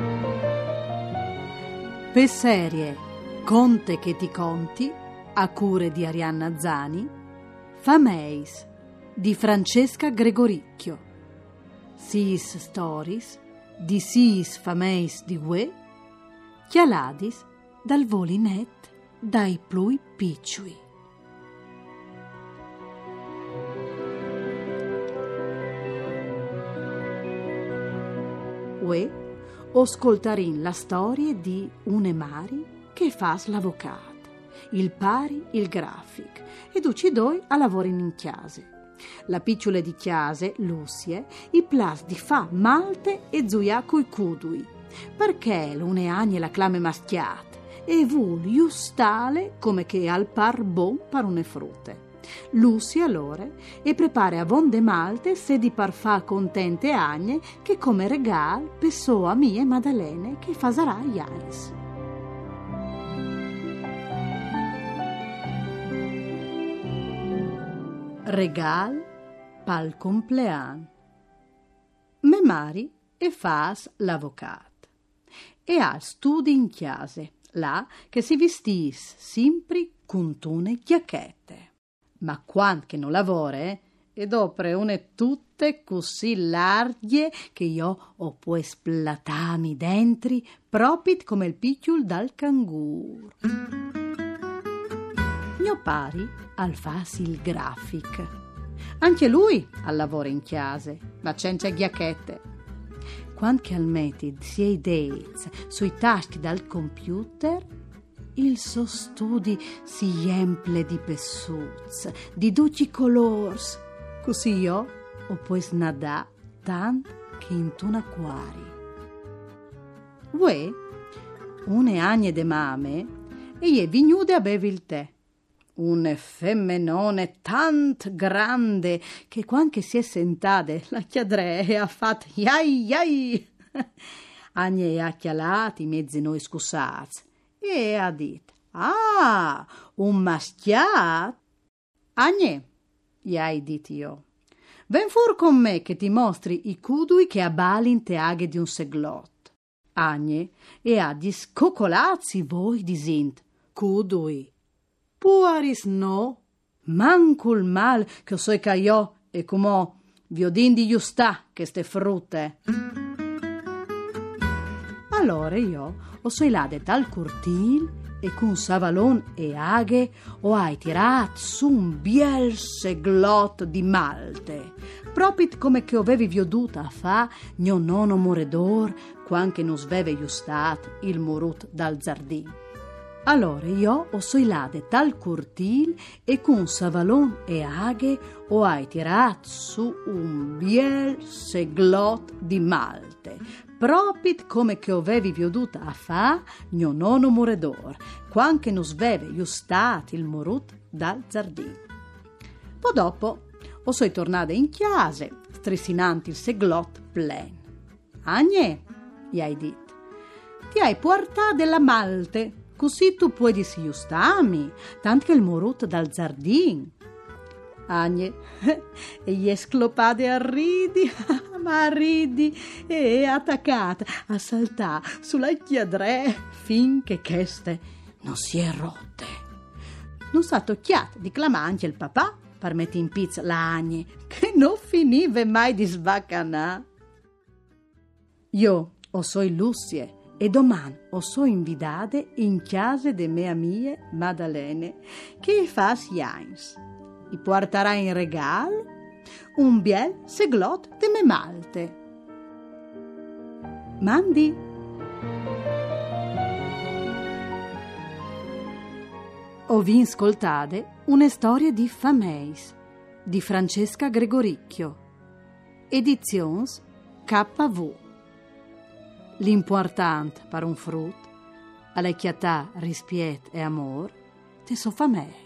Per serie Conte che ti conti, a cure di Arianna Zani, Fameis di Francesca Gregoricchio, Sis Stories di Sis Fameis di Gue, Chialadis dal Volinet dai Plui Picciui. Ue ascoltarin la storia di une Mari che fa l'avvocato, il pari il grafic, ed ucidoi a lavorin in chiase. La picciole di chiase, Lucie, i plas di fa malte e zuia coi cudui, perché l'une agne la clame maschiate e vul justale come che al par bon par une frute. Lucie allora e prepare a von de malte se di par fa contente agne che come regal pesò a mie Maddalene che fasarà iais. Regal pal complean. Me Mari e fas l'avvocat e ha studi in chiase, là che si vestis sempre con tune chiacchette. Ma quando che non lavora, ed opre une tutte così larghe che io ho puoi splatami dentri proprio come il picciul dal cangur. Mio pari al fas il grafic. Anche lui al lavoro in chiase, ma senza ghiacchette. Quando che al metti si ideiz sui tasti dal computer, il suo studi si emple di pessuz, di duci colors, così io ho poi snadà tant che in un acquari. Ue, une agne de mame, e je vignude a bevi il tè. Un femmenone tant grande che quando si è sentade la chiadre e ha fatto iai iai. Agne e ha chialati mezzi noi scusati e ha detto: ah, un maschiat? Agne, gli hai detto io, ven fur con me che ti mostri i cudui che abbalin te aghe di un seglot. Agne e ha di scoccolazzi voi disint cudui. Puaris no, mancul mal che so che io e come viodin di giusta che ste frutte. Allora io ho soilade dal cortil e con savalon e aghe ho hai tirat su un biel seglot di malte, proprio come che avevi vioduta a fa mio nonno moredor quando non sveve giustat il morut dal giardin. Allora io ho soilade dal cortil e con savalon e aghe ho hai tirat su un biel seglot di malte, proprio come che avevi vioduta a fa mio nonno moredor, quando non sveve giustat il morut dal giardin. Poi dopo ho soi tornate in chiase, strissinanti il seglot plen. Agne, gli hai detto, ti hai portato della malte, così tu puoi disgiustami, tanto che il morut dal giardin. Agne, e gli è sclopate a ridi, ma a ridi, e attaccata a saltare sulla chiadre finché cheste non si è rotte. Non sa tocchiata di clamanche il papà per mettere in pizza l'agne, che non finiva mai di sbaccanà. Io ho soi Lucie e domani ho so invidade in chiase de mea mie Maddalene che fa sians. I porterà in regal un biel seglot de me malte. Mandi. Ho vi ascoltate una storia di Fameis di Francesca Gregoricchio, edizions KV. L'importante per un frutto, alla chiatà, rispetto e amor, te so famè.